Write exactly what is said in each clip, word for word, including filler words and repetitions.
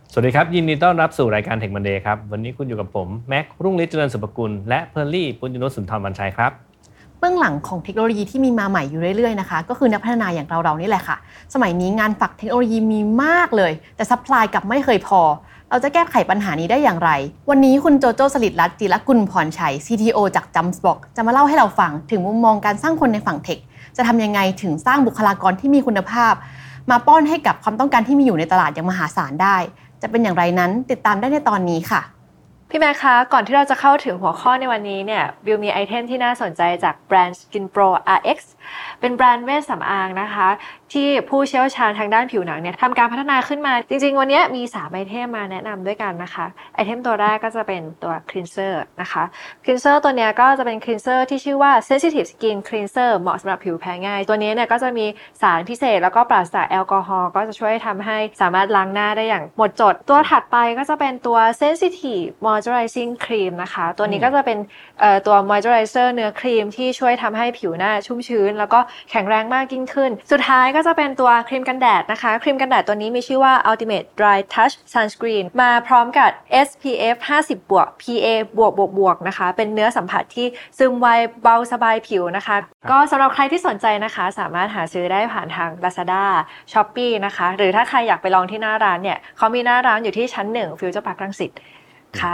สวัสดีครับยินดีต้อนรับสู่รายการ Tech Monday ครับวันนี้คุณอยู่กับผมแม็กรุ่งฤทธิ์เจริญสุภกุลและเพอร์ลี่ปุญญนุชสุนทรวรรณชัยครับเบื้องหลังของเทคโนโลยีที่มีมาใหม่อยู่เรื่อยๆนะคะก็คือนักพัฒนาอย่างเราๆนี่แหละค่ะสมัยนี้งานฝักเทคโนโลยีมีมากเลยแต่ซัพพลายกลับไม่เคยพอเราจะแก้ไขปัญหานี้ได้อย่างไรวันนี้คุณโจโจ้สฤษดิ์รัตน์จิรกุลพรชัย ซี ที โอ จาก Jumpbox จะมาเล่าให้เราฟังถึงมุมมองการสร้างคนในฝั่งเทคจะทำยังไงถึงสร้างบุคลากรที่มีคุณภาพมาป้อนให้กับความต้องการที่มีอยู่ในตลาดอย่างมหาศาลได้จะเป็นอย่างไรนั้นติดตามได้ในตอนนี้ค่ะพี่แม่คะก่อนที่เราจะเข้าถึงหัวข้อในวันนี้เนี่ยบิวมีไอเทมที่น่าสนใจจากแบรนด์ Skin Pro อาร์ เอ็กซ์ เป็นแบรนด์เวชสำอางนะคะที่ผู้เชี่ยวชาญทางด้านผิวหนังเนี่ยทำการพัฒนาขึ้นมาจริงๆวันนี้มีสามไอเทมมาแนะนำด้วยกันนะคะไอเทมตัวแรกก็จะเป็นตัว Cleanser นะคะ Cleanser ตัวนี้ก็จะเป็น Cleanser ที่ชื่อว่า Sensitive Skin Cleanser เหมาะสำหรับผิวแพ้ง่ายตัวนี้เนี่ยก็จะมีสารพิเศษแล้วก็ปราศจากแอลกอฮอล์ก็จะช่วยทำให้สามารถล้างหน้าได้อย่างหมดจดตัวถัดไปก็จะเป็นตัว Sensitive Moisturizing Cream นะคะตัวนี้ก็จะเป็นเอ่อตัว Moisturizer เนื้อครีมที่ช่วยทำให้ผิวหน้าชุ่มชื้นแล้วก็แข็งแรงมากยิ่งขึ้นสุดท้ายก็จะเป็นตัวครีมกันแดดนะคะครีมกันแดดตัวนี้มีชื่อว่า Ultimate Dry Touch Sunscreen มาพร้อมกับ เอส พี เอฟ ห้าสิบ บวก พี เอ บวกบวกบวกนะคะเป็นเนื้อสัมผัสที่ซึมไวเบาสบายผิวนะคะก็สำหรับใครที่สนใจนะคะสามารถหาซื้อได้ผ่านทาง Lazada Shopee นะคะหรือถ้าใครอยากไปลองที่หน้าร้านเนี่ยเขามีหน้าร้านอยู่ที่ชั้นหนึ่ง Future Park รังสิตค่ะ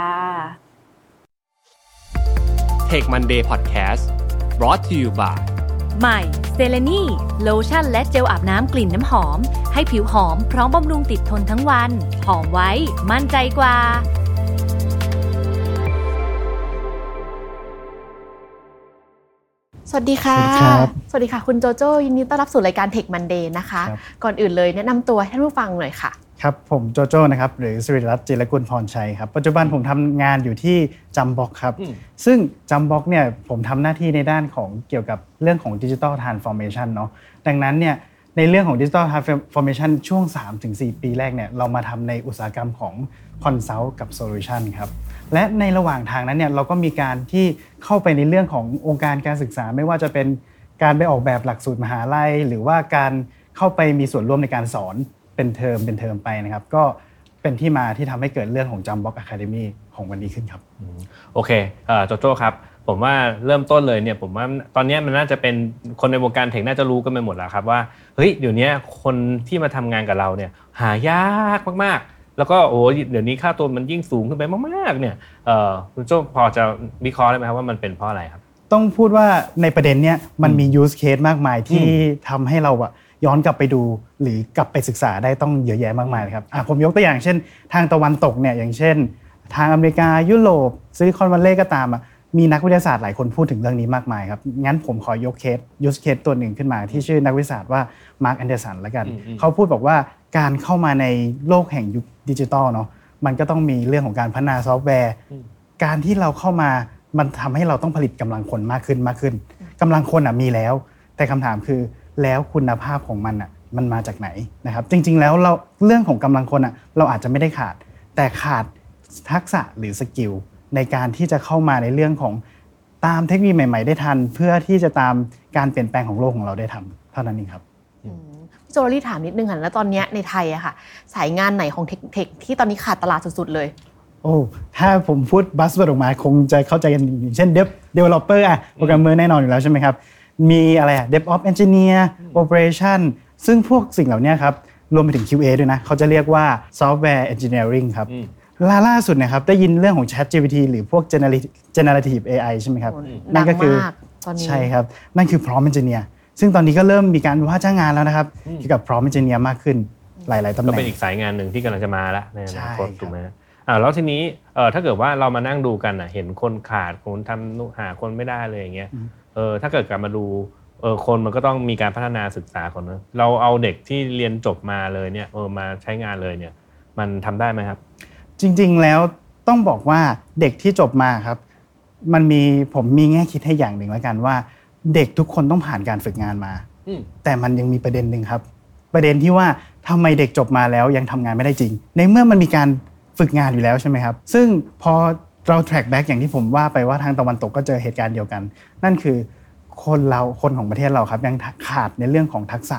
Tech Monday Podcast brought to you by ใหม่เซเลนีโลชั่นและเจลอาบน้ำกลิ่นน้ำหอมให้ผิวหอมพร้อมบำรุงติดทนทั้งวันหอมไว้มั่นใจกว่าสวัสดีค่ะสวัสดีค่ะคุณโจโจ้ยินดีต้อนรับสู่รายการ Tech Monday นะคะก่อนอื่นเลยแนะนำตัวให้ท่านผู้ฟังหน่อยค่ะครับผมโจโจ้นะครับหรือสฤษดิ์รัตน์จิรกุลพรชัยครับปัจจุบันผมทำงานอยู่ที่ Jumpbox ครับซึ่ง Jumpbox เนี่ยผมทำหน้าที่ในด้านของเกี่ยวกับเรื่องของ Digital Transformation เนาะดังนั้นเนี่ยในเรื่องของ Digital Transformation ช่วง สามถึงสี่ ปีแรกเนี่ยเรามาทำในอุตสาหกรรมของ Consult กับ Solution ครับและในระหว่างทางนั้นเนี่ยเราก็มีการที่เข้าไปในเรื่องขององค์การการศึกษาไม่ว่าจะเป็นการไปออกแบบหลักสูตรมหาลัยหรือว่าการเข้าไปมีส่วนร่วมในการสอนเป็นเทอมเป็นเทอมไปนะครับก็เป็นที่มาที่ทำให้เกิดเรื่องของ Jumpbox Academy ของวันนี้ขึ้นครับโอเคเอ่อโจโจ้ครับผมว่าเริ่มต้นเลยเนี่ยผมว่าตอนนี้มันน่าจะเป็นคนในวงการเทคน่าจะรู้กันไปหมดแล้วครับว่าเฮ้ยเดี๋ยวนี้คนที่มาทำงานกับเราเนี่ยหายากมากๆแล้วก็โอ้เดี๋ยวนี้ค่าตัวมันยิ่งสูงขึ้นไปมากๆเนี่ยเอ่อคุณโจ้พอจะวิเคราะห์ได้ไหมครับว่ามันเป็นเพราะอะไรครับต้องพูดว่าในประเด็นเนี้ยมันมี use case มากมายที่ทำให้เราอะย้อนกลับไปดูหรือกลับไปศึกษาได้ต้องเยอะแยะมากมายเลยครับผมยกตัวอย่างเช่นทางตะวันตกเนี่ยอย่างเช่นทางอเมริกายุโรปซิลิคอนวัลเลย์ก็ตามมีนักวิทยาศาสตร์หลายคนพูดถึงเรื่องนี้มากมายครับงั้นผมขอยกเคสยูสเคสตัวหนึ่งขึ้นมาที่ชื่อนักวิทยาศาสตร์ว่ามาร์คแอนเดอร์สันละกันเขาพูดบอกว่าการเข้ามาในโลกแห่งยุคดิจิทัลเนาะมันก็ต้องมีเรื่องของการพัฒนาซอฟต์แวร์การที่เราเข้ามามันทำให้เราต้องผลิตกำลังคนมากขึ้นมากขึ้นกำลังคนอ่ะมีแล้วแต่คำถามคือแล้วคุณภาพของมันอ่ะมันมาจากไหนนะครับจริงๆแล้วเราเรื่องของกำลังคนอ่ะเราอาจจะไม่ได้ขาดแต่ขาดทักษะหรือสกิลในการที่จะเข้ามาในเรื่องของตามเทคโนโลยีใหม่ๆได้ทันเพื่อที่จะตามการเปลี่ยนแปลงของโลกของเราได้ทันเท่านั้นเองครับพี่โจลี่ถามนิดนึงค่ะแล้วตอนนี้ในไทยอะค่ะสายงานไหนของเทคที่ตอนนี้ขาดตลาดสุดๆเลยโอ้ถ้าผมพูดบัสเวิร์ดออกมาคงจะเข้าใจกันอย่างเช่น developer อ่ะโปรแกรมเมอร์แน่นอนอยู่แล้วใช่ไหมครับมีอะไรอ่ะ DevOps Engineer Operation ซึ่งพวกสิ่งเหล่านี้ครับรวมไปถึง คิว เอ ด้วยนะเขาจะเรียกว่า Software Engineering ครับล่าล่าสุดนะครับได้ยินเรื่องของ ChatGPT หรือพวก Generative เอ ไอ ใช่ไหมครับนั่นก็คือใช่ครับนั่นคือ Prompt Engineer ซึ่งตอนนี้ก็เริ่มมีการว่าจ้างงานแล้วนะครับเกี่ยวกับ Prompt Engineer มากขึ้นหลายๆตำแหน่งก็เป็นอีกสายงานหนึ่งที่กำลังจะมาแล้วในอนาคตถูกไหมอ่าแล้วทีนี้เอ่อถ้าเกิดว่าเรามานั่งดูกันอ่ะเห็นคนขาดคนทำหาคนไม่ได้เลยอย่างเงี้ยเออถ้าเกิดกลับมาดูเออคนมันก็ต้องมีการพัฒนาศึกษาก่อนนะเราเอาเด็กที่เรียนจบมาเลยเนี่ยเออมาใช้งานเลยเนี่ยมันทำได้ไหมครับจริงๆแล้วต้องบอกว่าเด็กที่จบมาครับมันมีผมมีแง่คิดให้อย่างหนึ่งแล้วกันว่าเด็กทุกคนต้องผ่านการฝึกงานมาแต่มันยังมีประเด็นหนึ่งครับประเด็นที่ว่าทำไมเด็กจบมาแล้วยังทำงานไม่ได้จริงในเมื่อมันมีการฝึกงานอยู่แล้วใช่ไหมครับซึ่งพอเรา track back อย่างที่ผมว่าไปว่าทางตะวันตกก็เจอเหตุการณ์เดียวกันนั่นคือคนเราคนของประเทศเราครับยังขาดในเรื่องของทักษะ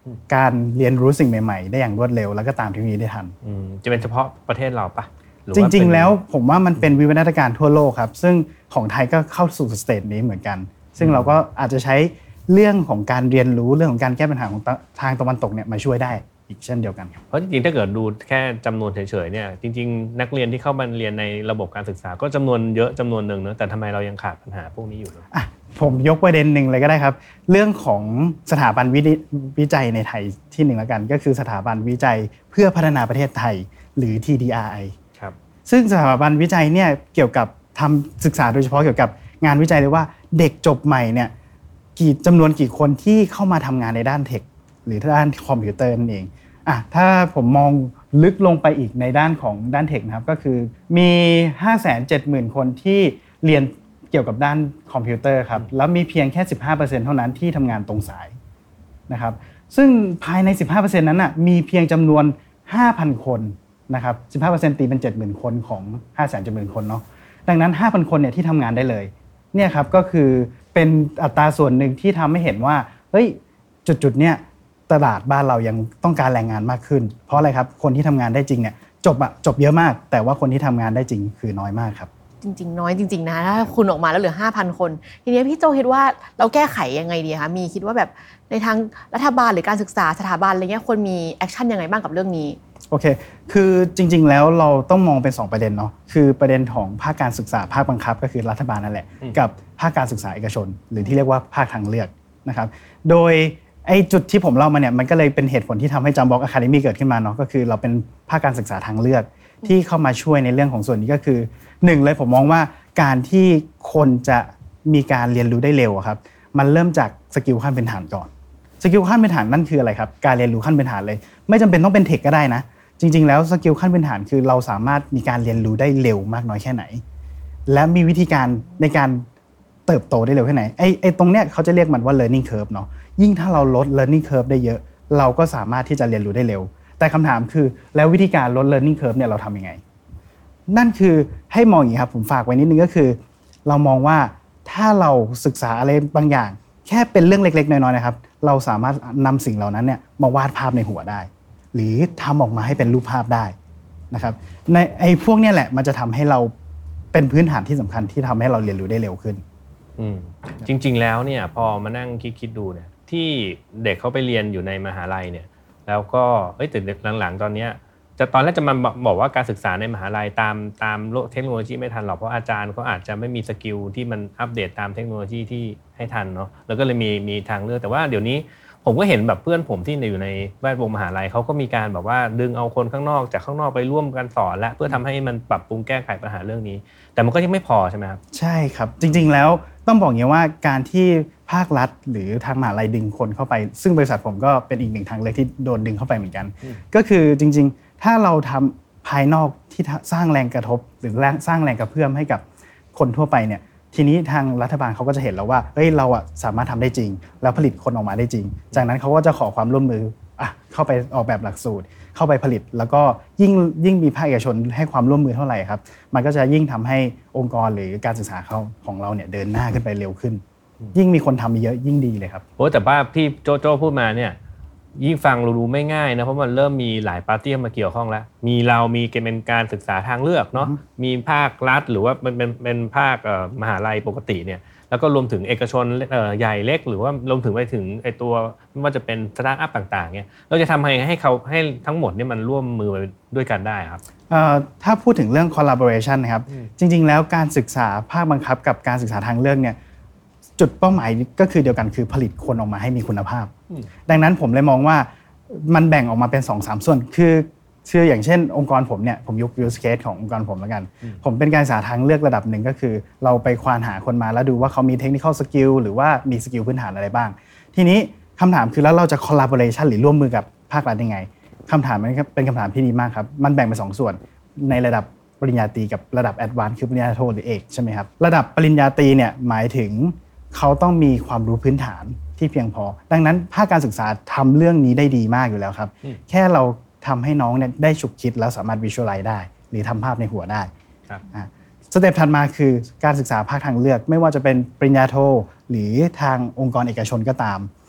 การเรียนรู้สิ่งใหม่ๆได้อย่างรวดเร็วแล้วก็ตามเทคโนโลยีได้ทันจะเป็นเฉพาะประเทศเราปะจริงๆแล้วผมว่ามันเป็นวิวัฒนาการทั่วโลกครับซึ่งของไทยก็เข้าสู่สเตจนี้เหมือนกันซึ่งเราก็อาจจะใช้เรื่องของการเรียนรู้เรื่องของการแก้ปัญหาของทางตะวันตกเนี่ยมาช่วยได้อีกเช่นเดียวกันครับเพราะจริงๆถ้าเกิดดูแค่จำนวนเฉยๆเนี่ยจริงๆนักเรียนที่เข้ามาเรียนในระบบการศึกษาก็จำนวนเยอะจำนวนหนึ่งเนอะแต่ทำไมเรายังขาดปัญหาพวกนี้อยู่อ่ะผมยกประเด็นหนึ่งเลยก็ได้ครับเรื่องของสถาบันวิจัยในไทยที่หนึ่งแล้วกันก็คือสถาบันวิจัยเพื่อพัฒนาประเทศไทยหรือ ที ดี อาร์ ไอครับซึ่งสถาบันวิจัยเนี่ยเกี่ยวกับทำศึกษาโดยเฉพาะเกี่ยวกับงานวิจัยเลยว่าเด็กจบใหม่เนี่ยกี่จำนวนกี่คนที่เข้ามาทำงานในด้านเทคหรือด้านคอมพิวเตอร์นั่นเองอ่ะถ้าผมมองลึกลงไปอีกในด้านของด้านเทคนะครับก็คือมี ห้าแสนเจ็ดหมื่น คนที่เรียนเกี่ยวกับด้านคอมพิวเตอร์ครับแล้วมีเพียงแค่ สิบห้าเปอร์เซ็นต์ เท่านั้นที่ทำงานตรงสายนะครับซึ่งภายใน สิบห้าเปอร์เซ็นต์ นั้นน่ะมีเพียงจำนวน ห้าพัน คนนะครับ สิบห้าเปอร์เซ็นต์ ตีเป็น เจ็ดหมื่น คนของ ห้าแสนเจ็ดหมื่น คนเนาะดังนั้น ห้าพัน คนเนี่ยที่ทำงานได้เลยเนี่ยครับก็คือเป็นอัตราส่วนหนึ่งที่ทำให้เห็นว่าเฮ้ยจุดๆเนี่ยตลาดบ้านเรายังต้องการแรงงานมากขึ้นเพราะอะไรครับคนที่ทำงานได้จริงเนี่ยจบอะจบเยอะมากแต่ว่าคนที่ทำงานได้จริงคือน้อยมากครับจริงๆน้อยจริงๆนะถ้าคุณออกมาแล้วเหลือ ห้าพัน คนทีนี้พี่โจคิดว่าเราแก้ไขยังไงดีคะมีคิดว่าแบบในทางรัฐบาลหรือการศึกษาสถาบันอะไรเงี้ยควรมีแอคชั่นยังไงบ้างกับเรื่องนี้โอเคคือจริงๆแล้วเราต้องมองเป็นสองประเด็นเนาะคือประเด็นของภาคการศึกษาภาคบังคับก็คือรัฐบาลนั่นแหละกับภาคการศึกษาเอกชนหรือที่เรียกว่าภาคทางเลือกนะครับโดยไอ้จุดที่ผมเล่ามาเนี่ยมันก็เลยเป็นเหตุผลที่ทำให้ Jump Box Academy เกิดขึ้นมาเนาะก็คือเราเป็นภาคการศึกษาทางเลือกที่เข้ามาช่วยในเรื่องของส่วนนี้ก็คือหนึ่งเลยผมมองว่าการที่คนจะมีการเรียนรู้ได้เร็วครับมันเริ่มจากสกิลขั้นพื้นฐานก่อนสกิลขั้นพื้นฐานนั่นคืออะไรครับการเรียนรู้ขั้นพื้นฐานเลยไม่จำเป็นต้องเป็นเทคก็ได้นะจริงๆแล้วสกิลขั้นพื้นฐานคือเราสามารถมีการเรียนรู้ได้เร็วมากน้อยแค่ไหนและมีวิธีการในการเติบโตได้เร็วแค่ไหนไอ้ไอ้ตรงเนี้ยเขาจะเรียกมันว่า learning curve เนาะยิ่งถ้าเราลด learning curve ได้เยอะเราก็สามารถที่จะเรียนรู้ได้เร็วแต่คำถามคือแล้ววิธีการลด learning curve เนี่ยเราทำยังไงนั่นคือให้มองอย่างนี้ครับผมฝากไว้นิดนึงก็คือเรามองว่าถ้าเราศึกษาอะไรบางอย่างแค่เป็นเรื่องเล็กๆน้อยๆนะครับเราสามารถนำสิ่งเหล่านั้นเนี่ยมาวาดภาพในหัวได้หรือทำออกมาให้เป็นรูปภาพได้นะครับในไอ้พวกนี้แหละมันจะทำให้เราเป็นพื้นฐานที่สำคัญที่ทำให้เราเรียนรู้ได้เร็วขึ้นอืมจริงๆแล้วเนี่ยพอมานั่งคิดๆดูเนี่ยที่เด็กเขาไปเรียนอยู่ในมหาลัยเนี่ยแล้วก็เอ้ยแต่หลังๆตอนเนี้ยจะตอนแรกจะมาบอกว่าการศึกษาในมหาลัยตามตามเทคโนโลยีไม่ทันหรอกเพราะอาจารย์เขาอาจจะไม่มีสกิลที่มันอัปเดตตามเทคโนโลยีที่ให้ทันเนาะแล้วก็เลยมีมีทางเลือกแต่ว่าเดี๋ยวนี้ผมก็เห็นแบบเพื่อนผมที่อยู่ในแวดวงมหาลัยเขาก็มีการแบบว่าดึงเอาคนข้างนอกจากข้างนอกไปร่วมกันสอนและเพื่อทำให้มันปรับปรุงแก้ไขปัญหาเรื่องนี้แต่มันก็ยังไม่พอใช่ไหมครับใช่ครับจริงๆแล้วต้องบอกอย่างนี้ว่าการที่ภาครัฐหรือทางมหาลัยดึงคนเข้าไปซึ่งบริษัทผมก็เป็นอีกหนึ่งทางเลือกที่โดนดึงเข้าไปเหมือนกันก็คือจริงๆถ้าเราทำภายนอกที่สร้างแรงกระทบหรือสร้างแรงกระเพื่อมให้กับคนทั่วไปเนี่ยทีนี้ทางรัฐบาลเขาก็จะเห็นแล้วว่าเฮ้ยเราอ่ะสามารถทำได้จริงแล้วผลิตคนออกมาได้จริงจากนั้นเขาก็จะขอความร่วมมืออ่ะเข้าไปออกแบบหลักสูตรเข้าไปผลิตแล้วก็ยิ่งยิ่งมีภาคเอกชนให้ความร่วมมือเท่าไหร่ครับมันก็จะยิ่งทำให้องค์กรหรือการศึกษาเขาของเราเนี่ยเดินหน้าขึ้นไปเร็วขึ้นยิ่งมีคนทำเยอะยิ่งดีเลยครับโอ้แต่ว่าที่โจโจ้พูดมาเนี่ยยิ่งฟังรู้ไม่ง่ายนะเพราะมันเริ่มมีหลายปาร์ตี้มาเกี่ยวข้องแล้วมีเรามีเป็นการศึกษาทางเลือกเนาะมีภาครัฐหรือว่าเป็นเป็นเป็นภาคมหาลัยปกติเนี่ยแล้วก็รวมถึงเอกชนใหญ่เล็กหรือว่ารวมถึงไปถึงไอตัวไม่ว่าจะเป็นสตาร์ทอัพต่างๆเนี่ยเราจะทำให้ให้เขาให้ทั้งหมดนี่มันร่วมมือด้วยกันได้ครับถ้าพูดถึงเรื่อง collaboration นะครับจริงๆแล้วการศึกษาภาคบังคับกับการศึกษาทางเลือกเนี่ยจุดเป้าหมายก็คือเดียวกันคือผลิตคนออกมาให้มีคุณภาพดังนั้นผมเลยมองว่ามันแบ่งออกมาเป็น สองสาม ส่วนคือคืออย่างเช่นองค์กรผมเนี่ยผมยก use case ขององค์กรผมแล้วกันผมเป็นการศึกษาทางเลือกระดับหนึ่งก็คือเราไปควานหาคนมาแล้วดูว่าเขามี technical skill หรือว่ามีสกิลพื้นฐานอะไรบ้างทีนี้คำถามคือแล้วเราจะ collaboration หรือร่วมมือกับภาครัฐยังไงคำถามมันเป็นคำถามที่ดีมากครับมันแบ่งเป็นสองส่วนในระดับปริญญาตรีกับระดับ advanced คือปริญญาโทหรือเอกใช่ไหมครับระดับปริญญาตรีเนี่ยหมายถึงเขาต้องมีความรู้พื้นฐานที่เพียงพอดังนั้นภาคการศึกษาทำเรื่องนี้ได้ดีมากอยู่แล้วครับแค่เราทำให้น้องเนี่ยได้ฉุกคิดแล้วสามารถ visualize ได้หรือทำภาพในหัวได้สเต็ปถัดมาคือการศึกษาภาคทางเลือกไม่ว่าจะเป็นปริญญาโทหรือทางองค์กรเอกชนก็ตาม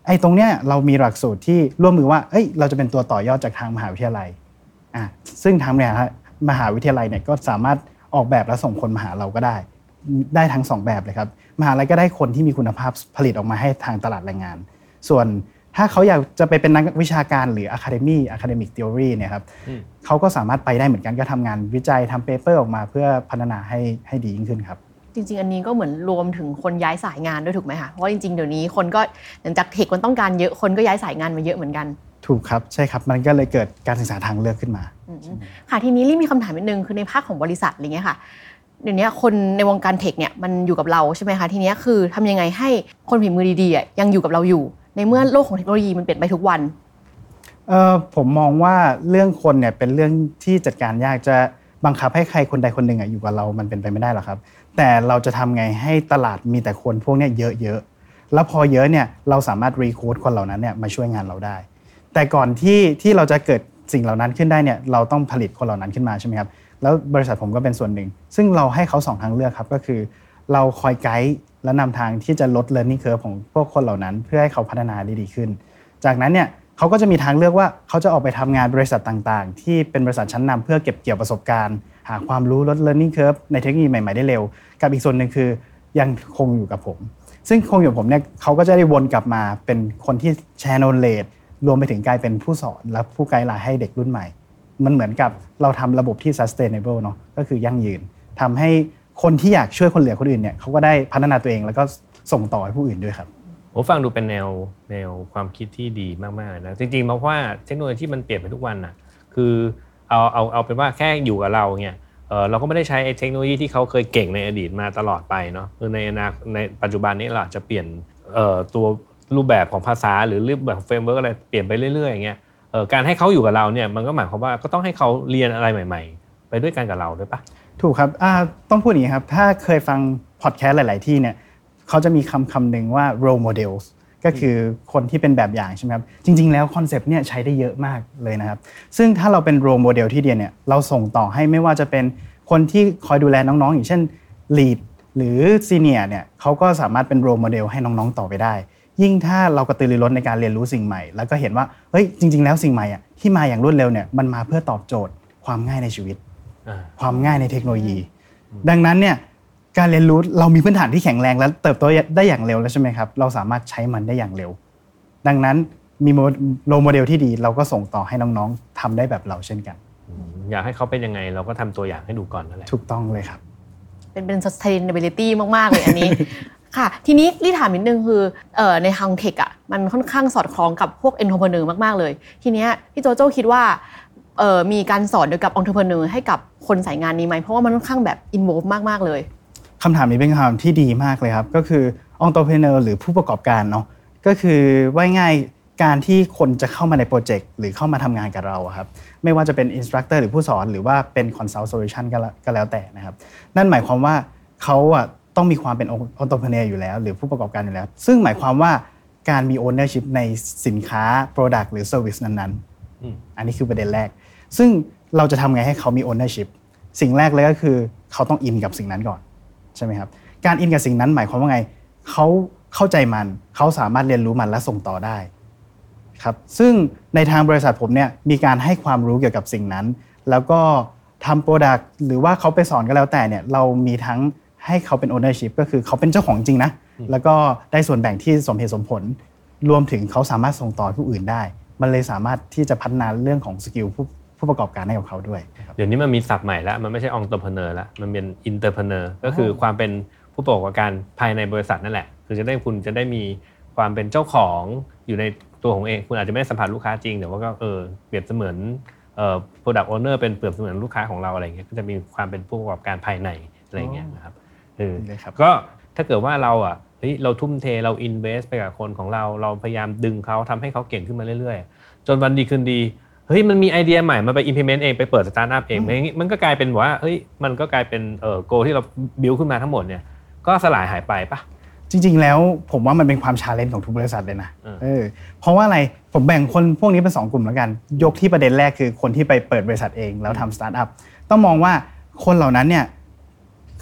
ไอ้ตรงเนี้ยเรามีหลักสูตรที่ร่วมมือว่าเอ้ยเราจะเป็นตัวต่อยอดจากทางมหาวิทยาลัยอ่ะซึ่งทางเนี่ยมหาวิทยาลัยเนี่ยก็สามารถออกแบบและส่งคนมาหาเราก็ได้ได้ทั้งสองแบบเลยครับมหาลัยก็ได้คนที่มีคุณภาพผลิตออกมาให้ทางตลาดแรงงานส่วนถ้าเขาอยากจะไปเป็นนักวิชาการหรือ academy academic theory เนี่ยครับเขาก็สามารถไปได้เหมือนกันก็ทำงานวิจัยทำเปเปอร์ออกมาเพื่อพัฒนาให้ให้ดียิ่งขึ้นครับจริงๆอันนี้ก็เหมือนรวมถึงคนย้ายสายงานด้วยถูกไหมคะเพราะว่าจริงๆเดี๋ยวนี้คนก็หลังจากเทคมันต้องการเยอะคนก็ย้ายสายงานมาเยอะเหมือนกันถูกครับใช่ครับมันก็เลยเกิดการศึกษาทางเลือกขึ้นมาค่ะทีนี้ลี่มีคำถามนิดนึงคือในภาคของบริษัทอะไรเงี้ยค่ะเดี๋ยวนี้คนในวงการเทคเนี่ยมันอยู่กับเราใช่ไหมคะทีนี้คือทำยังไงให้คนฝีมือดีๆยังอยู่กับเราอยู่ในเมื่อโลกของเทคโนโลยีมันเปลี่ยนไปทุกวันเอ่อผมมองว่าเรื่องคนเนี่ยเป็นเรื่องที่จัดการยากจะบังคับให้ใครคนใดคนหนึ่งอ่ะอยู่กับเรามันเป็นไปไม่ได้หรอกครับแต่เราจะทำไงให้ตลาดมีแต่คนพวกนี้เยอะๆแล้วพอเยอะเนี่ยเราสามารถรีคูดคนเหล่านั้นเนี่ยมาช่วยงานเราได้แต่ก่อนที่ที่เราจะเกิดสิ่งเหล่านั้นขึ้นได้เนี่ยเราต้องผลิตคนเหล่านั้นขึ้นมาใช่ไหมครับแล้วบริษัทผมก็เป็นส่วนหนึ่งซึ่งเราให้เขาสองทางเลือกครับก็คือเราคอยไกด์และนำทางที่จะลด learning curve ของพวกคนเหล่านั้นเพื่อให้เขาพัฒนาได้ดีขึ้นจากนั้นเนี่ยเขาก็จะมีทางเลือกว่าเขาจะออกไปทำงานบริษัทต่างๆที่เป็นบริษัทชั้นนำเพื่อเก็บเกี่ยวประสบการณ์หาความรู้ลด learning curve ในเทคโนโลยีใหม่ๆได้เร็วกับอีกส่วนหนึ่งคือยังคงอยู่กับผมซึ่งคงอยู่กับผมเนี่ยเขาก็จะได้วนกลับมาเป็นคนที่แชร์ knowledge รวมไปถึงกลายเป็นผู้สอนและผู้ไกด์ไลน์ให้เด็กรุ่นใหม่มันเหมือนกับเราทำระบบที่ sustainable เนาะก็คือยั่งยืนทำให้คนที่อยากช่วยคนเหลือคนอื่นเนี่ยเขาก็ได้พัฒนาตัวเองแล้วก็ส่งต่อให้ผู้อื่นด้วยครับผมฟังดูเป็นแนวแนวความคิดที่ดีมากๆนะจริงๆเพราะว่าเทคโนโลยีมันเปลี่ยนไปทุกวันน่ะคือเอาเอาเอาเป็นว่าแค่อยู่กับเราเนี่ยเออเราก็ไม่ได้ใช้ไอ้เทคโนโลยีที่เขาเคยเก่งในอดีตมาตลอดไปเนาะคือในอนาคตในปัจจุบันนี้เราจะเปลี่ยนเอ่อตัวรูปแบบของภาษาหรือรูปแบบเฟรมเวิร์กอะไรเปลี่ยนไปเรื่อยๆอย่างเงี้ยเอ่อการให้เขาอยู่กับเราเนี่ยมันก็หมายความว่าก็ต้องให้เขาเรียนอะไรใหม่ๆไปด้วยกันกับเราด้วยปะถูกครับอ่าต้องพูดอย่างนี้ครับถ้าเคยฟังพอดแคสต์หลายๆที่เนี่ยเขาจะมีคำคำหนึ่งว่า role models ก็คือคนที่เป็นแบบอย่างใช่ไหมครับจริงๆแล้วคอนเซปต์เนี่ยใช้ได้เยอะมากเลยนะครับซึ่งถ้าเราเป็น role model ที่ดีเนี่ยเราส่งต่อให้ไม่ว่าจะเป็นคนที่คอยดูแลน้องๆอย่างเช่น lead หรือ senior เนี่ยเขาก็สามารถเป็น role model ให้น้องๆต่อไปได้ยิ่งถ้าเรากระตือรือร้นในการเรียนรู้สิ่งใหม่แล้วก็เห็นว่าเฮ้ยจริงๆแล้วสิ่งใหม่อ่ะที่มาอย่างรวดเร็วเนี่ยมันมาเพื่อตอบโจทย์ความง่ายในชีวิตความง่ายในเทคโนโลยีดังนั้นเนี่ยการเรียนรู้เรามีพื้นฐานที่แข็งแรงและเติบโตได้อย่างเร็วแล้วใช่ไหมครับเราสามารถใช้มันได้อย่างเร็วดังนั้นมีโรลโมเดลที่ดีเราก็ส่งต่อให้น้องๆทำได้แบบเราเช่นกันอยากให้เขาเป็นยังไงเราก็ทำตัวอย่างให้ดูก่อนนั่นแหละถูกต้องเลยครับเป็นเป็น sustainability มากๆเลยอันนี้ ค่ะทีนี้รีถามนิดนึงคือเอ่อในทางเทคอ่ะมันค่อนข้างสอดคล้องกับพวก entrepreneur มากๆเลยทีเนี้ยพี่โจโจ้คิดว่าเอ่อมีการสอนเกี่ยวกับ entrepreneur ให้กับคนสายงานนี้ไหมเพราะว่ามันค่อนข้างแบบ involve มากๆเลยคำถามนี้เป็นคำถามที่ดีมากเลยครับก็คือ entrepreneur หรือผู้ประกอบการเนาะก็คือว่าง่ายการที่คนจะเข้ามาในโปรเจกต์หรือเข้ามาทำงานกับเราครับไม่ว่าจะเป็น instructor หรือผู้สอนหรือว่าเป็น consult solution ก็แล้วแต่นะครับนั่นหมายความว่าเขาอะต้องมีความเป็น entrepreneur อยู่แล้วหรือผู้ประกอบการอยู่แล้วซึ่งหมายความว่าการมี ownership ในสินค้า product หรือ service นั้นๆอันนี้คือประเด็นแรกซึ่งเราจะทำไงให้เขามี ownership สิ่งแรกเลยก็คือเขาต้องอินกับสิ่งนั้นก่อนใช่ไหมครับการอินกับสิ่งนั้นหมายความว่าไงเขาเข้าใจมันเขาสามารถเรียนรู้มันและส่งต่อได้ครับซึ่งในทางบริษัทผมเนี่ยมีการให้ความรู้เกี่ยวกับสิ่งนั้นแล้วก็ทำโปรดักต์หรือว่าเขาไปสอนก็แล้วแต่เนี่ยเรามีทั้งให้เขาเป็น ownership ก็คือเขาเป็นเจ้าของจริงนะแล้วก็ได้ส่วนแบ่งที่สมเหตุสมผลรวมถึงเขาสามารถส่งต่อผู้อื่นได้มันเลยสามารถที่จะพัฒนาเรื่องของสกิลผู้ผู้ประกอบการให้กับเขาด้วยเดี๋ยวนี้มันมีศัพท์ใหม่แล้วมันไม่ใช่ entrepreneur แล้วมันเป็น entrepreneur ก็คือความเป็นผู้ประกอบการภายในบริษัทนั่นแหละคือจะได้คุณจะได้มีความเป็นเจ้าของอยู่ในตัวของเองคุณอาจจะไม่ได้สัมผัสลูกค้าจริงแต่ว่าก็เออเปรียบเสมือนเอ่อ product owner เป็นเปรียบเสมือนลูกค้าของเราอะไรเงี้ยก็จะมีความเป็นผู้ประกอบการภายในอะไรเงี้ยนะครับเออก็ถ้าเกิดว่าเราอ่ะเฮ้ยเราทุ่มเทเรา invest ไปกับคนของเราเราพยายามดึงเขาทำให้เขาเก่งขึ้นมาเรื่อยๆจนวันดีคืนดีเฮ้ยมันมีไอเดียใหม่มาไป implement เองไปเปิดสตาร์ทอัพเองมันก็กลายเป็นว่าเฮ้ยมันก็กลายเป็นเอ่อ goal ที่เรา build ขึ้นมาทั้งหมดเนี่ยก็สลายหายไปปะจริงๆแล้วผมว่ามันเป็นความ challenge ของทุกบริษัทเลยนะเออเพราะว่าอะไรผมแบ่งคนพวกนี้เป็นสองกลุ่มแล้วกันยกที่ประเด็นแรกคือคนที่ไปเปิดบริษัทเองแล้วทำสตาร์ทอัพต้องมองว่าคนเหล่านั้นเนี่ย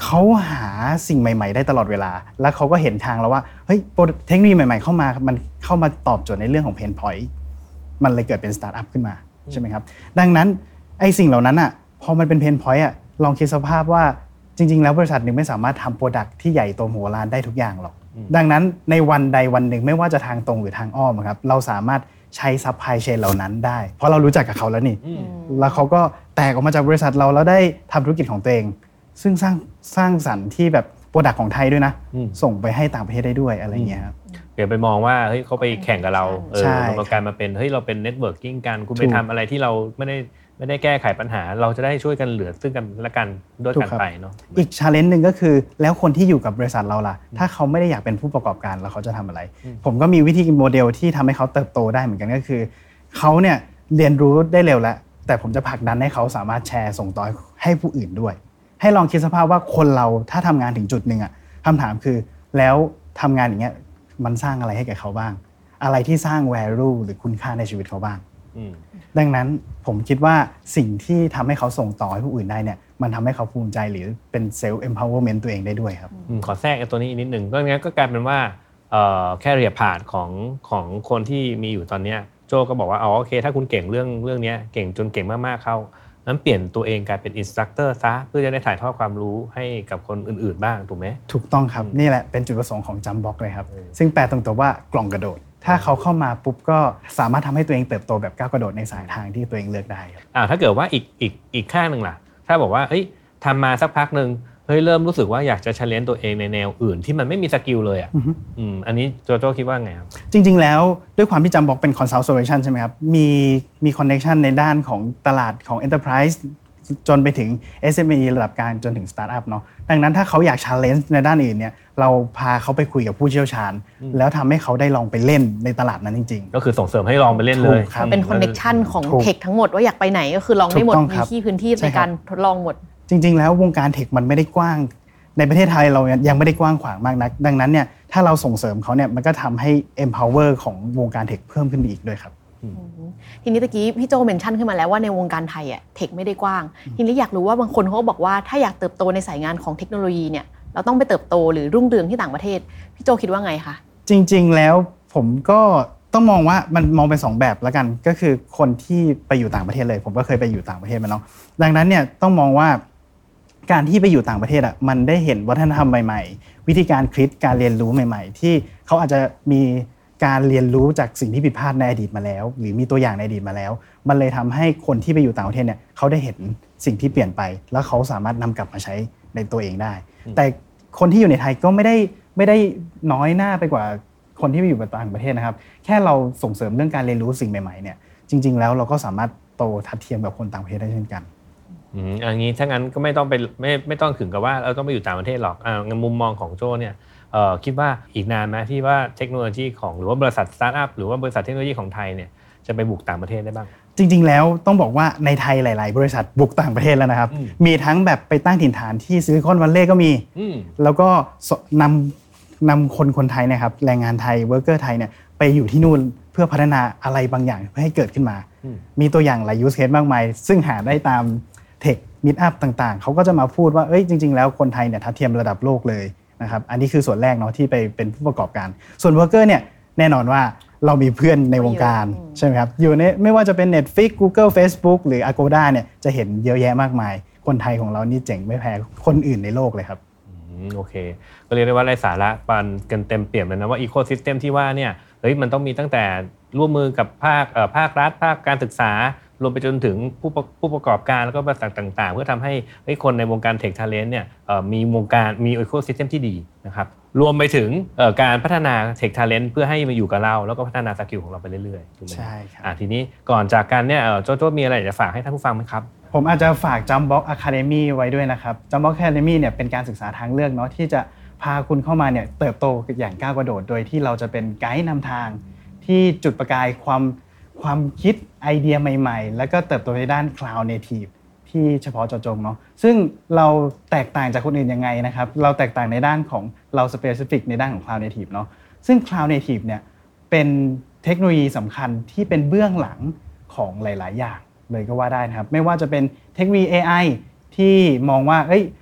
เขาหาสิ่งใหม่ๆได้ตลอดเวลาแล้วเขาก็เห็นทางแล้วว่าเฮ้ยเทคโนโลยีใหม่ๆเข้ามามันเข้ามาตอบโจทย์ในเรื่องของเพนพอยต์มันเลยเกิดเป็นสตาร์ทอัพขึ้นมาใช่ไหมครับดังนั้นไอ้สิ่งเหล่านั้นอ่ะพอมันเป็นเพนพอยต์อ่ะลองคิดสภาพว่าจริงๆแล้วบริษัทหนึ่งไม่สามารถทำโปรดักต์ที่ใหญ่โตมโหฬารได้ทุกอย่างหรอกดังนั้นในวันใดวันหนึ่งไม่ว่าจะทางตรงหรือทางอ้อมครับเราสามารถใช้ซัพพลายเชนเหล่านั้นได้เพราะเรารู้จักกับเขาแล้วนี่แล้วเขาก็แตกออกมาจากบริษัทเราแล้วได้ทำธุรกิจของตัวเองซึ่งสร้างสร้างสรรค์ที่แบบโปรดักต์ของไทยด้วยนะส่งไปให้ต่างประเทศได้ด้วยอะไรเงี้ยครับเดี๋ยวไปมองว่าเฮ้ยเขาไปแข่งกับเราเออเรากลายมาเป็นเฮ้ยเราเป็นเน็ตเวิร์กกิ้งกันคุณไปทำอะไรที่เราไม่ได้ไม่ได้แก้ไขปัญหาเราจะได้ช่วยกันเหลือซึ่งกันและกันด้วยกันไปเนาะอีก challenge นึงก็คือแล้วคนที่อยู่กับบริษัทเราล่ะถ้าเขาไม่ได้อยากเป็นผู้ประกอบการแล้วเขาจะทำอะไรผมก็มีวิธีโมเดลที่ทำให้เขาเติบโตได้เหมือนกันก็คือเขาเนี่ยเรียนรู้ได้เร็วแล้วแต่ผมจะผลักดันให้เขาสามารถแชร์ส่งต่อให้ผู้อื่นด้วยให้ลองคิดสภาพว่าคนเราถ้าทำงานถึงจุดนึงอ่ะคำถามคือแล้วทำงานอย่างเงี้ยมันสร้างอะไรให้แก่เขาบ้างอะไรที่สร้าง value หรือคุณค่าในชีวิตเขาบ้างดังนั้นผมคิดว่าสิ่งที่ทำให้เขาส่งต่อให้ผู้อื่นได้เนี่ยมันทำให้เขาภูมิใจหรือเป็น self empowerment ตัวเองได้ด้วยครับขอแทรกตัวนี้อีกนิดนึงก็งั้นก็กลายเป็นว่าแค่เรียบผ่านของของคนที่มีอยู่ตอนนี้โจก็บอกว่าอ๋อโอเคถ้าคุณเก่งเรื่องเรื่องนี้เก่งจนเก่งมากๆเข้านั้นเปลี่ยนตัวเองกลายเป็นอินสตรัคเตอร์ซะเพื่อจะได้ถ่ายทอดความรู้ให้กับคนอื่นๆบ้างถูกไหมถูกต้องครับนี่แหละเป็นจุดประสงค์ของจัมบ็อกเลยครับซึ่งแปลตรงตัวว่ากล่องกระโดดถ้าเขาเข้ามาปุ๊บก็สามารถทำให้ตัวเองเติบโตแบบก้าวกระโดดในสายทางที่ตัวเองเลือกได้อ่าถ้าเกิดว่าอีกอีกอีกข้างนึงล่ะถ้าบอกว่าเอ้ยทำมาสักพักนึงเฮ้ยเริ่มรู้สึกว่าอยากจะเชลเลนจ์ตัวเองในแนวอื่นที่มันไม่มีสกิลเลยอ่ะอืมอันนี้โจโจ้คิดว่าไงครับจริงๆแล้วด้วยความที่จัมบ็อกเป็น consult solution ใช่ไหมครับมีมี connection ในด้านของตลาดของ enterpriseจนไปถึง เอส เอ็ม อี ระดับกลางจนถึงสตาร์ทอัพเนาะดังนั้นถ้าเขาอยาก challenge ในด้านอื่นเนี่ยเราพาเขาไปคุยกับผู้เชี่ยวชาญแล้วทำให้เขาได้ลองไปเล่นในตลาดนั้นจริงๆก็คือส่งเสริมให้ลองไปเล่นเลยเป็น connection ของเทคทั้งหมดว่าอยากไปไหนก็คือลองได้หมดมีที่พื้นที่ในการทดลองหมดจริงๆแล้ววงการเทคมันไม่ได้กว้างในประเทศไทยเรายังไม่ได้กว้างขวางมากนักดังนั้นเนี่ยถ้าเราส่งเสริมเขาเนี่ยมันก็ทำให้ empower ของวงการเทคเพิ่มขึ้นอีกด้วยครับทีนี้ตะกี้พี่โจเมนชั่นขึ้นมาแล้วว่าในวงการไทยอ่ะเทคไม่ได้กว้างทีนี้อยากรู้ว่าบางคนเขาก็บอกว่าถ้าอยากเติบโตในสายงานของเทคโนโลยีเนี่ยเราต้องไปเติบโตหรือรุ่งเรืองที่ต่างประเทศพี่โจคิดว่าไงคะจริงๆแล้วผมก็ต้องมองว่ามันมองเป็นสองแบบแล้วกันก็คือคนที่ไปอยู่ต่างประเทศเลยผมก็เคยไปอยู่ต่างประเทศมาเนาะดังนั้นเนี่ยต้องมองว่าการที่ไปอยู่ต่างประเทศอ่ะมันได้เห็นวัฒนธรรมใหม่ๆวิธีการคิดการเรียนรู้ใหม่ๆที่เขาอาจจะมีการเรียนรู้จากสิ่งที่ผิดพลาดในอดีตมาแล้วหรือมีตัวอย่างในอดีตมาแล้วมันเลยทำให้คนที่ไปอยู่ต่างประเทศเนี่ยเขาได้เห็นสิ่งที่เปลี่ยนไปแล้วเขาสามารถนำกลับมาใช้ในตัวเองได้แต่คนที่อยู่ในไทยก็ไม่ได้ไม่ได้น้อยหน้าไปกว่าคนที่ไปอยู่ต่างประเทศนะครับแค่เราส่งเสริมเรื่องการเรียนรู้สิ่งใหม่ๆเนี่ยจริงๆแล้วเราก็สามารถโตทัดเทียมกับคนต่างประเทศได้เช่นกันอืมอันนี้ถ้างั้นก็ไม่ต้องไปไม่ไม่ต้องถึงกับว่าเราต้องไปอยู่ต่างประเทศหรอกอ่าในมุมมองของโจ้เนี่ยเอ่อคิดว่าอีกนานไหมที่ว่าเทคโนโลยีของหรือว่าบริษัทสตาร์ทอัพหรือว่าบริษัทเทคโนโลยีของไทยเนี่ยจะไปบุกต่างประเทศได้บ้างจริงๆแล้วต้องบอกว่าในไทยหลายๆบริษัทบุกต่างประเทศแล้วนะครับมีทั้งแบบไปตั้งถิ่นฐานที่ซิลิคอนวัลเลย์ก็มีแล้วก็นำนำคนคนไทยนะครับแรงงานไทยเวิร์กเกอร์ไทยเนี่ยไปอยู่ที่นู่นเพื่อพัฒนาอะไรบางอย่างเพื่อให้เกิดขึ้นมามีตัวอย่างหลายยูสเคสมากมายซึ่งหาได้ตามเทคมิตอัพต่างๆเขาก็จะมาพูดว่าเอ้ยจริงๆแล้วคนไทยเนี่ยทัดเทียมระดับโลกเลยนะครับอันนี้คือส่วนแรกเนาะที่ไปเป็นผู้ประกอบการส่วนเวิร์กเกอร์เนี่ยแน่นอนว่าเรามีเพื่อนในวงการใช่ไหมครับอยู่ในไม่ว่าจะเป็น Netflix Google Facebook หรือ Agoda เนี่ยจะเห็นเยอะแยะมากมายคนไทยของเรานี่เจ๋งไม่แพ้คนอื่นในโลกเลยครับโอเคก็เรียกได้ว่าไร้สาระปานกันเต็มเปี่ยมเลยนะว่าอีโคซิสเต็มที่ว่าเนี่ยเฮ้ยมันต้องมีตั้งแต่ร่วมมือกับภาคเอ่อภาครัฐภาคการศึกษารวมไปจนถึงผู้ผู้ประกอบการแล้วก็บริษัทต่างๆเพื่อทำให้เฮ้ยคนในวงการเทคทาเลนต์เนี่ยเอ่อมีวงการมีอีโคซิสเต็มที่ดีนะครับรวมไปถึงเอ่อการพัฒนาเทคทาเลนต์เพื่อให้มาอยู่กับเราแล้วก็พัฒนาสกิลของเราไปเรื่อยๆถูกมั้ยใช่ครับอ่ะทีนี้ก่อนจากกันเนี่ยเอ่อโจ้ๆมีอะไรอยากจะฝากให้ท่านผู้ฟังมั้ยครับผมอาจจะฝาก Jumpbox Academy ไว้ด้วยนะครับ Jumpbox Academy เนี่ยเป็นการศึกษาทางเลือกเนาะที่จะพาคุณเข้ามาเนี่ยเติบโตอย่างก้าวกระโดดโดยที่เราจะเป็นไกด์นำทางที่จุดประกายความความคิดไอเดียใหม่ๆแล้วก็เติบโตในด้าน Cloud Native ที่เฉพาะเจาะจงเนาะซึ่งเราแตกต่างจากคนอื่นยังไงนะครับเราแตกต่างในด้านของเรา specific ในด้านของ Cloud Native เนาะซึ่ง Cloud Native เนี่ยเป็นเทคโนโลยีสำคัญที่เป็นเบื้องหลังของหลายๆอย่างเลยก็ว่าได้นะครับไม่ว่าจะเป็นเทคโนโลยี เอ ไอ ที่มองว่าเอ้ย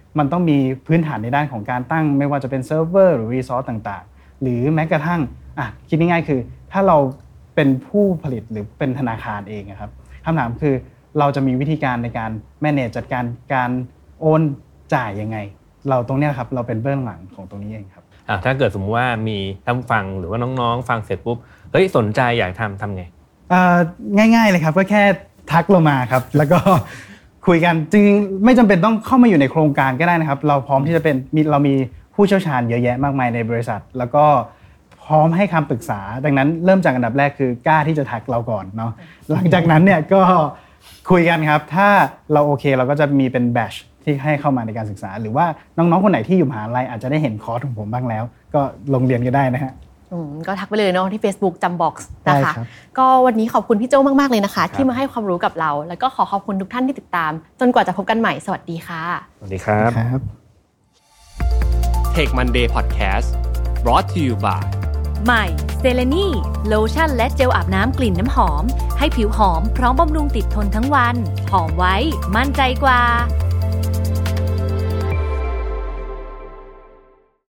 มันต้องมีพื้นฐานในด้านของการตั้งไม่ว่าจะเป็นเซิร์ฟเวอร์หรือรีซอสต่างๆหรือแม้กระทั่งอ่ะคิดง่ายๆคือถ้าเราเป็นผู้ผลิตหรือเป็นธนาคารเองครับคำถามคือเราจะมีวิธีการในการ manage จัดการการโอนจ่ายยังไงเราตรงนี้ครับเราเป็นเบื้องหลังของตรงนี้เองครับอ่ะถ้าเกิดสมมติว่ามีท่านฟังหรือว่าน้องๆฟังเสร็จปุ๊บเฮ้ยสนใจอยากทำทำไงอ่าง่ายๆเลยครับก็แค่ทักเรามาครับแล้วก็คุยกันจริงๆไม่จำเป็นต้องเข้ามาอยู่ในโครงการก็ได้นะครับเราพร้อมที่จะเป็นมีเรามีผู้เชี่ยวชาญเยอะแยะมากมายในบริษัทแล้วก็พร้อมให้คำปรึกษาดังนั้นเริ่มจากอันดับแรกคือกล้าที่จะทักเราก่อนเนาะหลังจากนั้นเนี่ยก็คุยกันครับถ้าเราโอเคเราก็จะมีเป็นแบทช์ที่ให้เข้ามาในการศึกษาหรือว่าน้องๆคนไหนที่อยู่มหาลัยอาจจะได้เห็นคอร์สของผมบ้างแล้วก็ลงเรียนก็ได้นะฮะก็ทักไปเลยเนาะที่ Facebook Jumbox นะคะก็วันนี้ขอบคุณพี่โจ้มากๆเลยนะคะที่มาให้ความรู้กับเราแล้วก็ขอขอบคุณทุกท่านที่ติดตามจนกว่าจะพบกันใหม่สวัสดีค่ะสวัสดีครับ Take Monday Podcast brought to you by ใหม่เซเลนีโลชั่นและเจลอาบน้ำกลิ่นน้ำหอมให้ผิวหอมพร้อมบำรุงติดทนทั้งวันหอมไว้มั่นใจกว่า